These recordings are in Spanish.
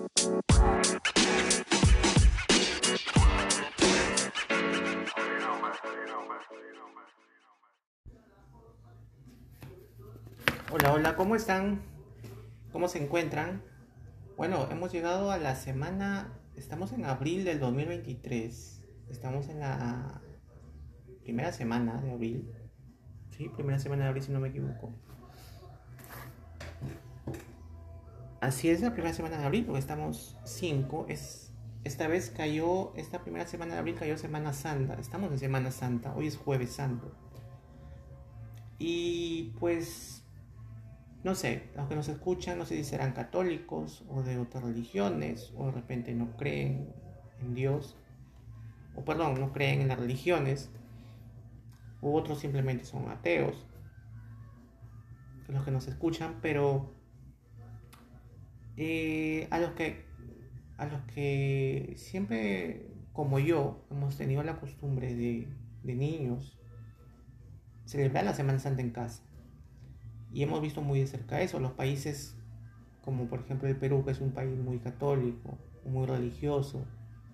Hola, hola, ¿cómo están? ¿Cómo se encuentran? Bueno, hemos llegado a la semana, estamos en abril del 2023, estamos en la primera semana de abril, sí, primera semana de abril si no me equivoco. Así es, la primera semana de abril, porque estamos 5, esta vez cayó, esta primera semana de abril cayó Semana Santa, estamos en Semana Santa, hoy es Jueves Santo. Y pues no sé, los que nos escuchan no sé si serán católicos o de otras religiones, o de repente no creen en Dios, o perdón, no creen en las religiones, u otros simplemente son ateos, los que nos escuchan, pero eh, a los que a los que siempre, como yo, hemos tenido la costumbre de niños celebrar la Semana Santa en casa. Y hemos visto muy de cerca eso, los países como por ejemplo el Perú, que es un país muy católico, muy religioso,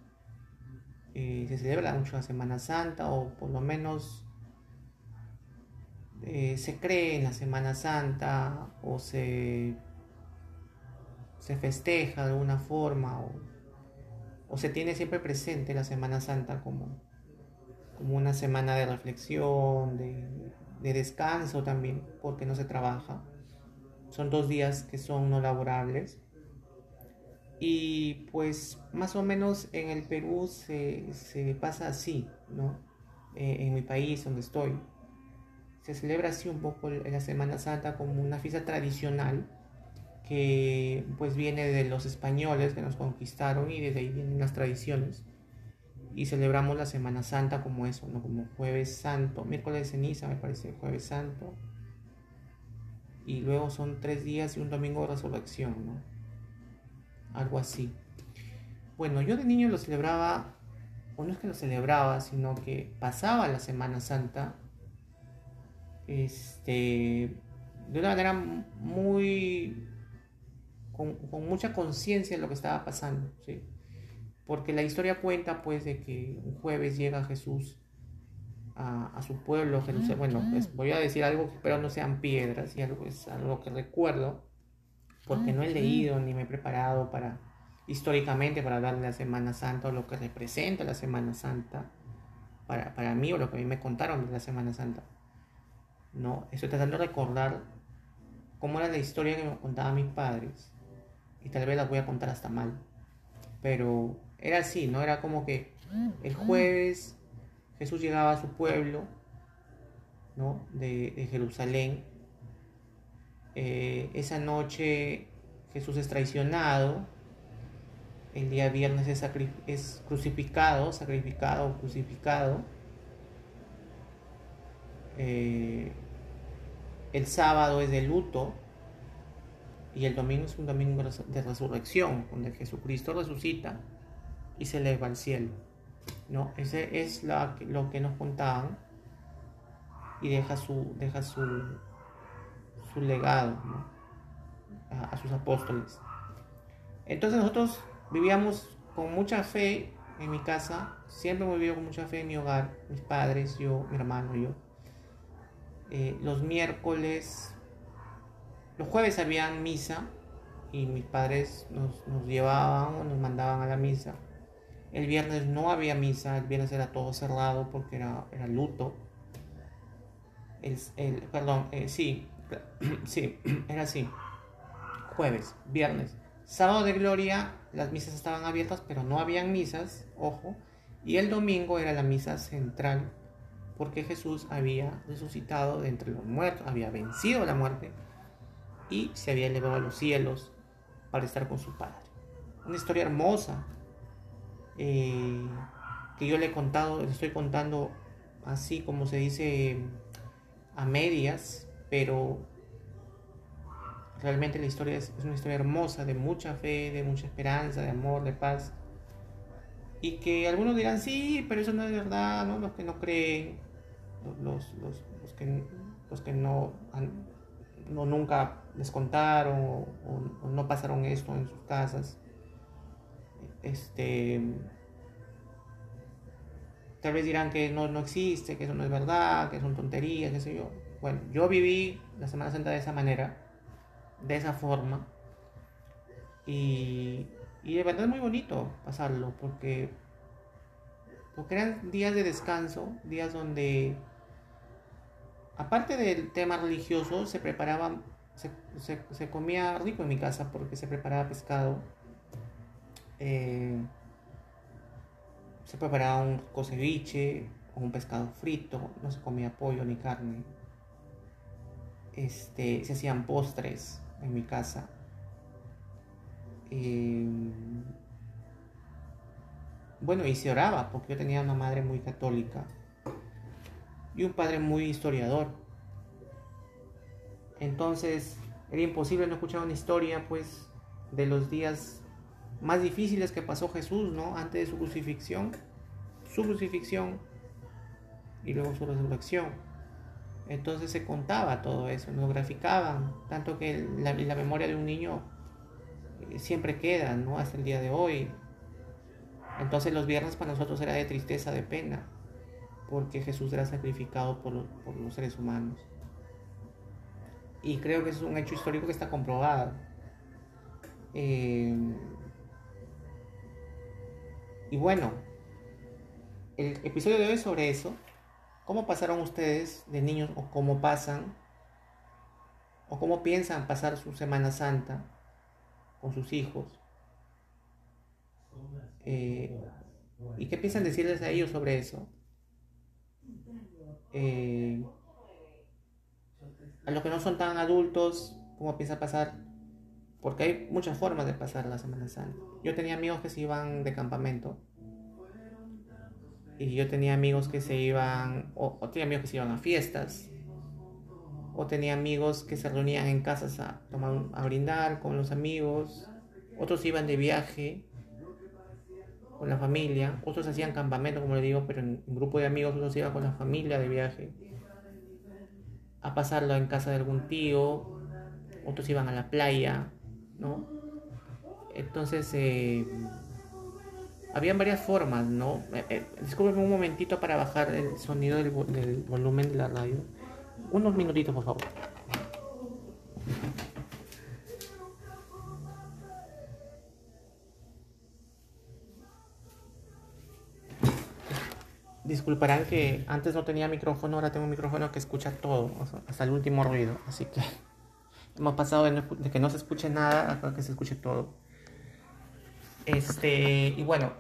se celebra mucho la Semana Santa, o por lo menos se cree en la Semana Santa, o se festeja de alguna forma, o se tiene siempre presente la Semana Santa como una semana de reflexión, de descanso también, porque no se trabaja. Son 2 días que son no laborables. Y pues más o menos en el Perú se pasa así, ¿no? En mi país donde estoy, se celebra así un poco la Semana Santa como una fiesta tradicional que pues viene de los españoles que nos conquistaron, y desde ahí vienen las tradiciones. Y celebramos la Semana Santa como eso, ¿no? Como Jueves Santo, miércoles de ceniza me parece, Jueves Santo. Y luego son 3 días y un domingo de resurrección, ¿no? Algo así. Bueno, yo de niño lo celebraba, o no es que lo celebraba, sino que pasaba la Semana Santa de una manera muy, con mucha conciencia de lo que estaba pasando, ¿sí? Porque la historia cuenta pues de que un jueves llega Jesús a su pueblo, Jerusalén. Bueno, pues voy a decir algo que espero no sean piedras, y algo es algo que recuerdo, porque no he leído ni me he preparado para históricamente para hablar de la Semana Santa o lo que representa la Semana Santa para mí, o lo que a mí me contaron de la Semana Santa. No, estoy tratando de recordar cómo era la historia que me contaban mis padres, y tal vez las voy a contar hasta mal, pero era así, ¿no? Era como que el jueves Jesús llegaba a su pueblo, ¿no? De Jerusalén. Esa noche Jesús es traicionado. El día viernes es crucificado, sacrificado o crucificado. Eh, el sábado es de luto, y el domingo es un domingo de resurrección, donde Jesucristo resucita y se eleva al cielo, ¿no? Ese es lo que nos contaban, y su legado, ¿no? A sus apóstoles. Entonces nosotros vivíamos con mucha fe en mi casa, siempre hemos vivido con mucha fe en mi hogar, mis padres, yo, mi hermano y yo. Los miércoles, los jueves habían misa, y mis padres nos llevaban o nos mandaban a la misa. El viernes no había misa, el viernes era todo cerrado porque era luto. Perdón, sí, sí, era así. Jueves, viernes, sábado de gloria, las misas estaban abiertas, pero no habían misas, ojo. Y el domingo era la misa central, porque Jesús había resucitado de entre los muertos, había vencido la muerte y se había elevado a los cielos para estar con su Padre. Una historia hermosa, eh, que yo le he contado, le estoy contando así como se dice, a medias, pero realmente la historia es una historia hermosa, de mucha fe, de mucha esperanza, de amor, de paz. Y que algunos dirán, sí, pero eso no es verdad, ¿no? Los que no creen, los que no nunca les contaron, o no pasaron esto en sus casas. este, tal vez dirán que no existe, que eso no es verdad, que son tonterías, qué sé yo. Bueno, yo viví la Semana Santa de esa manera, de esa forma, y, y de verdad es muy bonito pasarlo, porque eran días de descanso, días donde, aparte del tema religioso, se preparaba, se comía rico en mi casa porque se preparaba pescado, eh, se preparaba un ceviche o un pescado frito, no se comía pollo ni carne, se hacían postres en mi casa. Eh, bueno, y se oraba porque yo tenía una madre muy católica y un padre muy historiador. Entonces era imposible no escuchar una historia, pues, de los días más difíciles que pasó Jesús, ¿no? Antes de su crucifixión y luego su resurrección. Entonces se contaba todo eso, nos graficaban, tanto que la memoria de un niño siempre queda, ¿no? Hasta el día de hoy. Entonces los viernes para nosotros era de tristeza, de pena, porque Jesús era sacrificado por los seres humanos. Y creo que es un hecho histórico que está comprobado. Eh, y bueno, el episodio de hoy es sobre eso. ¿Cómo pasaron ustedes de niños o cómo pasan o cómo piensan pasar su Semana Santa con sus hijos? Eh, ¿Y qué piensan decirles a ellos sobre eso? Eh, a los que no son tan adultos, ¿cómo piensan pasar? Porque hay muchas formas de pasar la Semana Santa. Yo tenía amigos que se iban de campamento y yo tenía amigos que se iban, o tenía amigos que se iban a fiestas, o tenía amigos que se reunían en casas a tomar, a brindar con los amigos, otros iban de viaje con la familia, otros hacían campamento, como le digo, pero en un grupo de amigos, otros iban con la familia de viaje a pasarlo en casa de algún tío, otros iban a la playa, ¿no? Entonces, habían varias formas, ¿no? Discúlpeme un momentito para bajar el sonido del volumen de la radio. Unos minutitos, por favor. Disculparán que antes no tenía micrófono, ahora tengo un micrófono que escucha todo, o sea, hasta el último ruido. Así que hemos pasado de que no se escuche nada a que se escuche todo. Y bueno,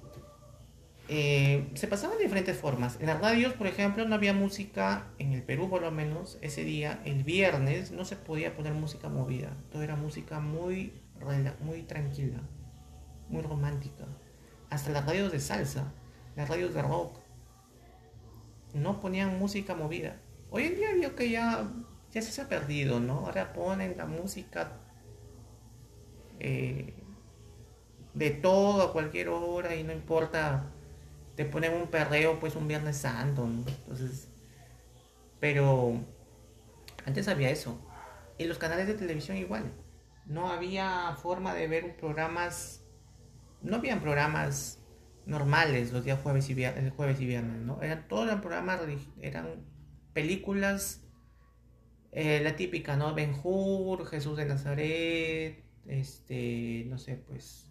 se pasaban de diferentes formas. En las radios, por ejemplo, no había música, en el Perú por lo menos, ese día, el viernes, no se podía poner música movida. Todo era música muy tranquila, muy romántica. Hasta las radios de salsa, las radios de rock, no ponían música movida. Hoy en día veo que ya se ha perdido, ¿no? Ahora ponen la música eh, de todo a cualquier hora y no importa, te ponen un perreo pues un Viernes Santo, ¿no? Entonces, pero antes había eso. Y los canales de televisión igual. No había forma de ver programas, no habían programas normales los días jueves y viernes, ¿no? Eran programas, eran películas, la típica, ¿no? Ben-Hur, Jesús de Nazaret, no sé, pues,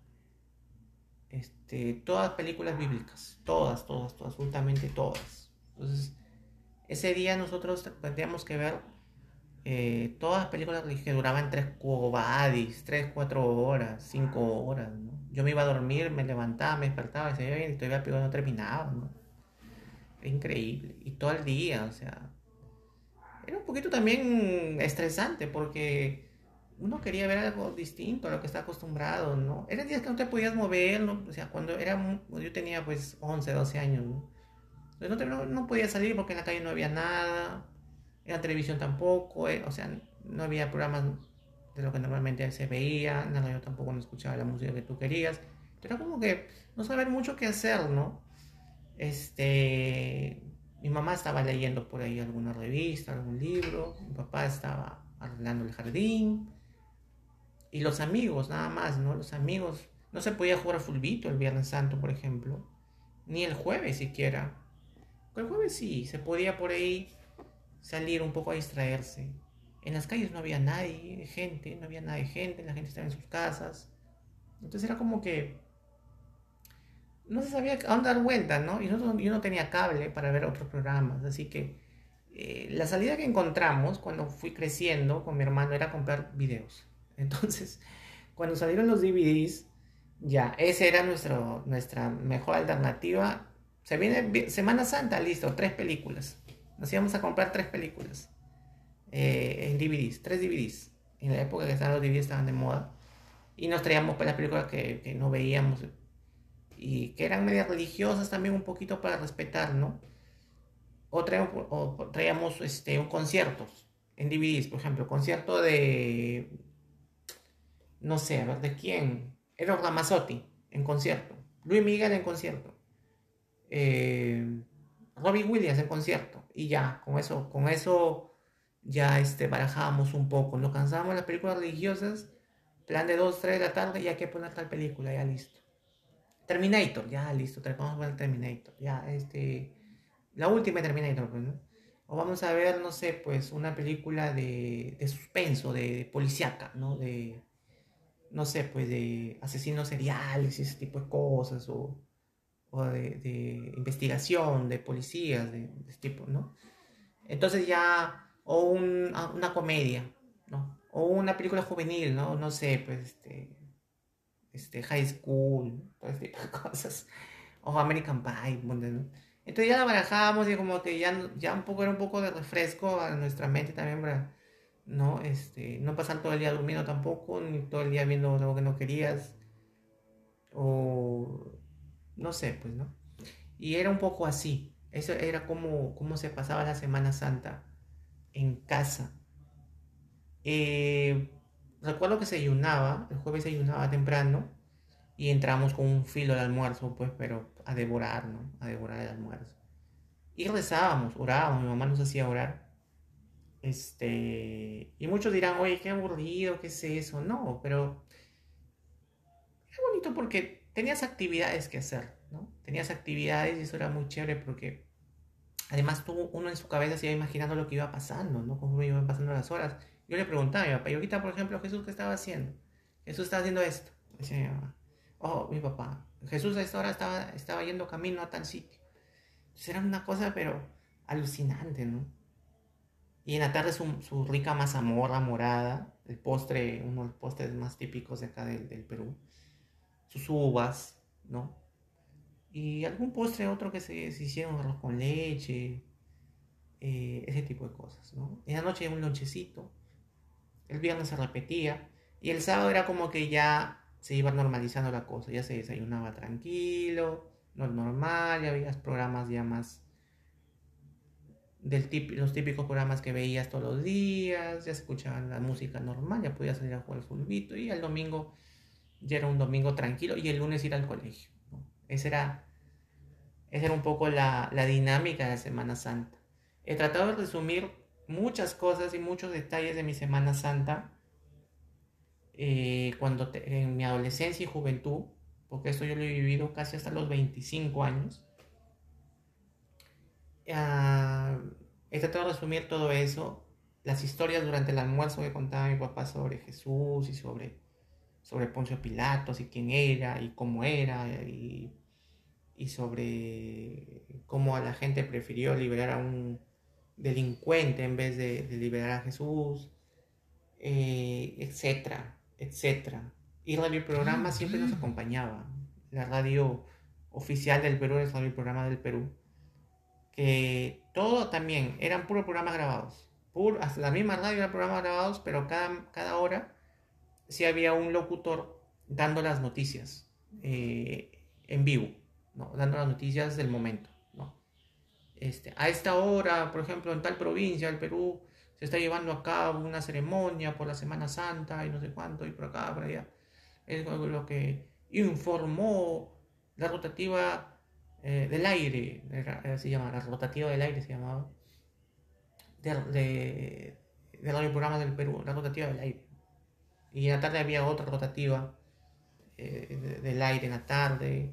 todas películas bíblicas, todas, absolutamente todas. Entonces, ese día nosotros tendríamos que ver todas las películas que duraban 3 4 horas, 5 horas, ¿no? Yo me iba a dormir, me levantaba, me despertaba, y seguía bien, y todavía no terminaba, ¿no? Era increíble. Y todo el día, o sea, era un poquito también estresante porque uno quería ver algo distinto a lo que está acostumbrado, ¿no? Eran días que no te podías mover, ¿no? O sea, cuando yo tenía pues 11 12 años, ¿no? Entonces no podía salir porque en la calle no había nada, en la televisión tampoco, o sea, no había programas de lo que normalmente se veía, en la radio tampoco no escuchaba la música que tú querías. Era como que no saber mucho qué hacer, ¿no? Mi mamá estaba leyendo por ahí alguna revista, algún libro, mi papá estaba arreglando el jardín, y los amigos, nada más, ¿no? Los amigos, No se podía jugar fulbito el Viernes Santo, por ejemplo, ni el jueves siquiera. El jueves sí, se podía por ahí salir un poco a distraerse. En las calles no había nadie, gente, no había nada de gente, la gente estaba en sus casas. Entonces era como que no se sabía a dónde dar vuelta, ¿no? Y yo no tenía cable para ver otros programas, así que la salida que encontramos cuando fui creciendo con mi hermano era comprar videos. Entonces, cuando salieron los DVDs, ya, esa era nuestra mejor alternativa. Se viene Semana Santa, listo, 3 películas. Nos íbamos a comprar 3 películas en DVDs, 3 DVDs. En la época que estaban los DVDs estaban de moda. Y nos traíamos pues, las películas que no veíamos y que eran medias religiosas también un poquito para respetar, ¿no? O traíamos un conciertos en DVDs, por ejemplo, concierto de, no sé, a ver, ¿de quién? Eros Ramazzotti en concierto, Luis Miguel en concierto, eh, Robbie Williams en concierto, y ya, con eso ya barajábamos un poco, nos cansábamos las películas religiosas, plan de 2 3 de la tarde, ya hay que poner tal película, ya listo. Terminator, ya listo, vamos a ver Terminator, ya la última Terminator, pues, ¿no? O vamos a ver, no sé, pues una película de suspenso, de policíaca, ¿no? No sé, pues de asesinos seriales y ese tipo de cosas, o de investigación, de policías, de ese tipo, ¿no? Entonces ya, o una comedia, ¿no? O una película juvenil, ¿no? No sé, pues High School, todo ese tipo de cosas. O American Pie, ¿no? Entonces ya la barajábamos y como que ya un poco era un poco de refresco a nuestra mente también para no pasar todo el día durmiendo tampoco, ni todo el día viendo algo que no querías, o no sé, pues, ¿no? Y era un poco así. Eso era como se pasaba la Semana Santa en casa. Eh, Recuerdo que se ayunaba, el jueves se ayunaba temprano y entramos con un filo al almuerzo, pues, pero a devorar, ¿no? A devorar el almuerzo. Y rezábamos, orábamos, mi mamá nos hacía orar. Y muchos dirán, oye, qué aburrido, ¿qué es eso? No, pero era bonito porque tenías actividades que hacer, ¿no? Tenías actividades y eso era muy chévere porque además uno en su cabeza se iba imaginando lo que iba pasando, ¿no? Conforme iban pasando las horas. Yo le preguntaba a mi papá, y ahorita, por ejemplo, Jesús, ¿qué estaba haciendo? Jesús estaba haciendo esto. Decía mi mamá. Oh, mi papá. Jesús a esta hora estaba yendo camino a tal sitio. Entonces era una cosa, pero alucinante, ¿no? Y en la tarde su rica mazamorra morada, el postre, uno de los postres más típicos de acá del Perú. Sus uvas, ¿no? Y algún postre otro que se hicieron arroz con leche, ese tipo de cosas, ¿no? En la noche un lonchecito, el viernes se repetía, y el sábado era como que ya se iba normalizando la cosa, ya se desayunaba tranquilo, no normal, ya había programas ya más los típicos programas que veías todos los días, ya se escuchaba la música normal, ya podías salir a jugar al fulbito y el domingo ya era un domingo tranquilo y el lunes ir al colegio, ¿no? Esa era un poco la dinámica de la Semana Santa. He tratado de resumir muchas cosas y muchos detalles de mi Semana Santa en mi adolescencia y juventud, porque esto yo lo he vivido casi hasta los 25 años. Ah, He tratado de resumir todo eso, las historias durante el almuerzo que contaba mi papá sobre Jesús y sobre Poncio Pilatos y quién era y cómo era y sobre cómo a la gente prefirió liberar a un delincuente en vez de liberar a Jesús, etcétera, etcétera. Y Radio El Programa siempre nos acompañaba. La radio oficial del Perú es Radio El Programa del Perú, que todo también eran puros programas grabados. Hasta la misma radio eran programas grabados, pero cada hora sí había un locutor dando las noticias en vivo, ¿no? Dando las noticias del momento, ¿no? A esta hora, por ejemplo, en tal provincia del Perú, se está llevando a cabo una ceremonia por la Semana Santa y no sé cuánto, y por acá, por allá. Es lo que informó la rotativa del aire, se llama, la rotativa del aire se llamaba, de radio programa del Perú, la rotativa del aire. Y en la tarde había otra rotativa del aire en la tarde,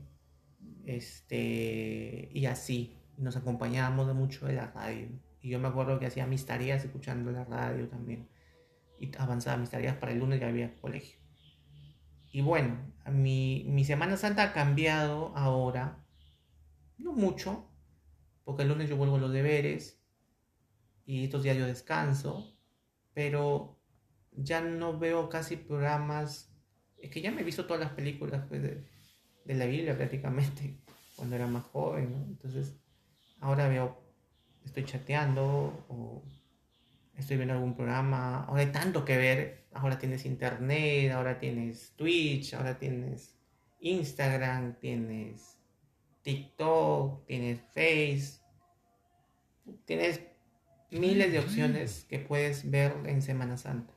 y así. Nos acompañábamos de mucho de la radio. Y yo me acuerdo que hacía mis tareas escuchando la radio también. Y avanzaba mis tareas para el lunes que había colegio. Y bueno, mi Semana Santa ha cambiado ahora. No mucho, porque el lunes yo vuelvo a los deberes y estos días yo descanso. Pero ya no veo casi programas. Es que ya me he visto todas las películas pues, de la Biblia prácticamente cuando era más joven, ¿no? Entonces ahora veo, estoy chateando o estoy viendo algún programa. Ahora hay tanto que ver. Ahora tienes internet, ahora tienes Twitch, ahora tienes Instagram, tienes TikTok, tienes Face, tienes miles de opciones que puedes ver en Semana Santa.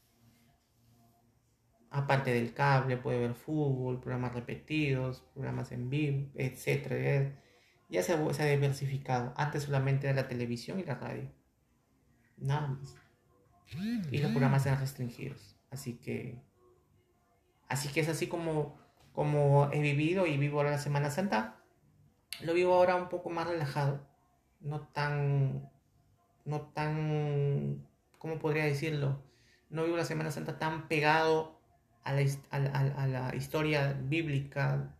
Aparte del cable, puede ver fútbol, programas repetidos, programas en vivo, etcétera. Ya se ha diversificado. Antes solamente era la televisión y la radio. Nada más. Y los programas eran restringidos. Así que es así como he vivido y vivo ahora la Semana Santa. Lo vivo ahora un poco más relajado. No tan, ¿cómo podría decirlo? No vivo la Semana Santa tan pegado a la historia bíblica,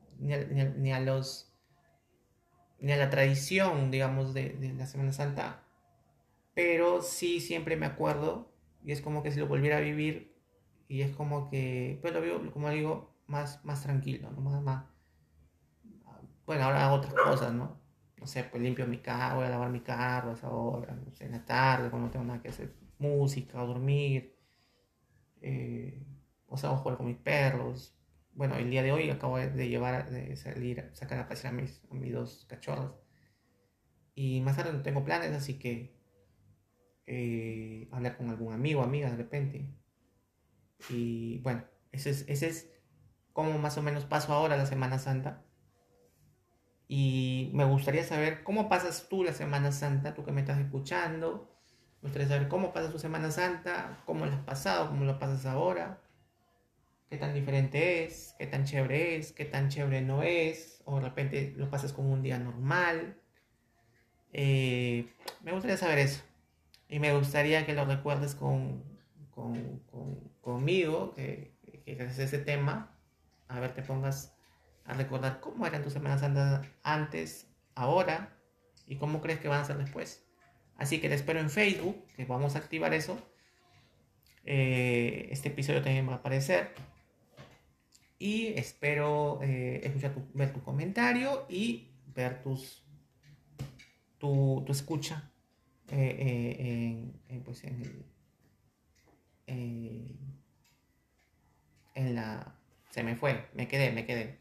ni a la tradición, digamos, de la Semana Santa, pero sí siempre me acuerdo y es como que si lo volviera a vivir y es como que, pues lo veo, como digo, más tranquilo, ¿no? Bueno, ahora hago otras cosas, ¿no? No sé, pues limpio mi carro, voy a lavar mi carro a esa hora, no sé, en la tarde, cuando no tengo nada que hacer, música, o dormir, eh, o sea, o jugar con mis perros. Bueno, el día de hoy acabo de salir a sacar a pasear a mis dos cachorros. Y más tarde no tengo planes, así que hablar con algún amigo o amiga de repente. Y bueno, ese es como más o menos paso ahora la Semana Santa. Y me gustaría saber cómo pasas tú la Semana Santa, tú que me estás escuchando. Me gustaría saber cómo pasas tu Semana Santa, cómo la has pasado, cómo lo pasas ahora, qué tan diferente es, qué tan chévere es, qué tan chévere no es, o de repente lo pasas como un día normal. Me gustaría saber eso. Y me gustaría que lo recuerdes conmigo, que haces ese tema. A ver, te pongas a recordar cómo eran tus Semanas Santas antes, ahora, y cómo crees que van a ser después. Así que te espero en Facebook, que vamos a activar eso. Este episodio también va a aparecer. Y espero ver tu comentario y ver tu escucha pues eh, en la... Se me fue, me quedé.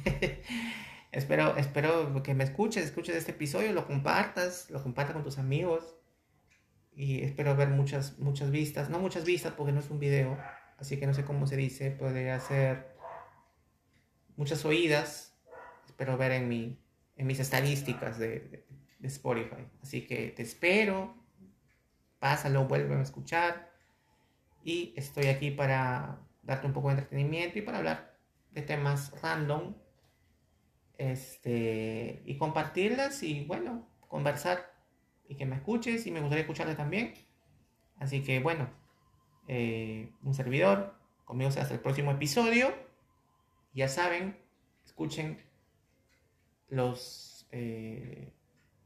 espero que me escuches este episodio, lo compartas con tus amigos y espero ver muchas vistas, no muchas vistas porque no es un video, así que no sé cómo se dice, podría ser muchas oídas, espero ver en mis estadísticas de Spotify, así que te espero, pásalo, vuelve a escuchar y estoy aquí para darte un poco de entretenimiento y para hablar de temas random y compartirlas y bueno, conversar y que me escuches y me gustaría escucharte también. Así que bueno, un servidor, conmigo será hasta el próximo episodio. Ya saben, escuchen los, eh,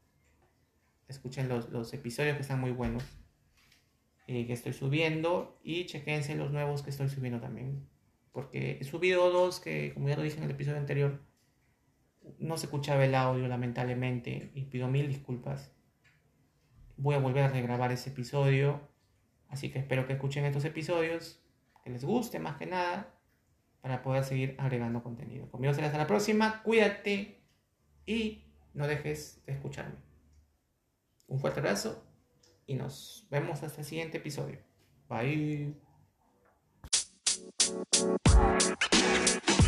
los episodios que están muy buenos que estoy subiendo y chequense los nuevos que estoy subiendo también. Porque he subido dos que, como ya lo dije en el episodio anterior, no se escuchaba el audio lamentablemente y pido mil disculpas. Voy a volver a regrabar ese episodio, así que espero que escuchen estos episodios, que les guste más que nada, para poder seguir agregando contenido. Conmigo será hasta la próxima, cuídate y no dejes de escucharme. Un fuerte abrazo y nos vemos hasta el siguiente episodio. Bye.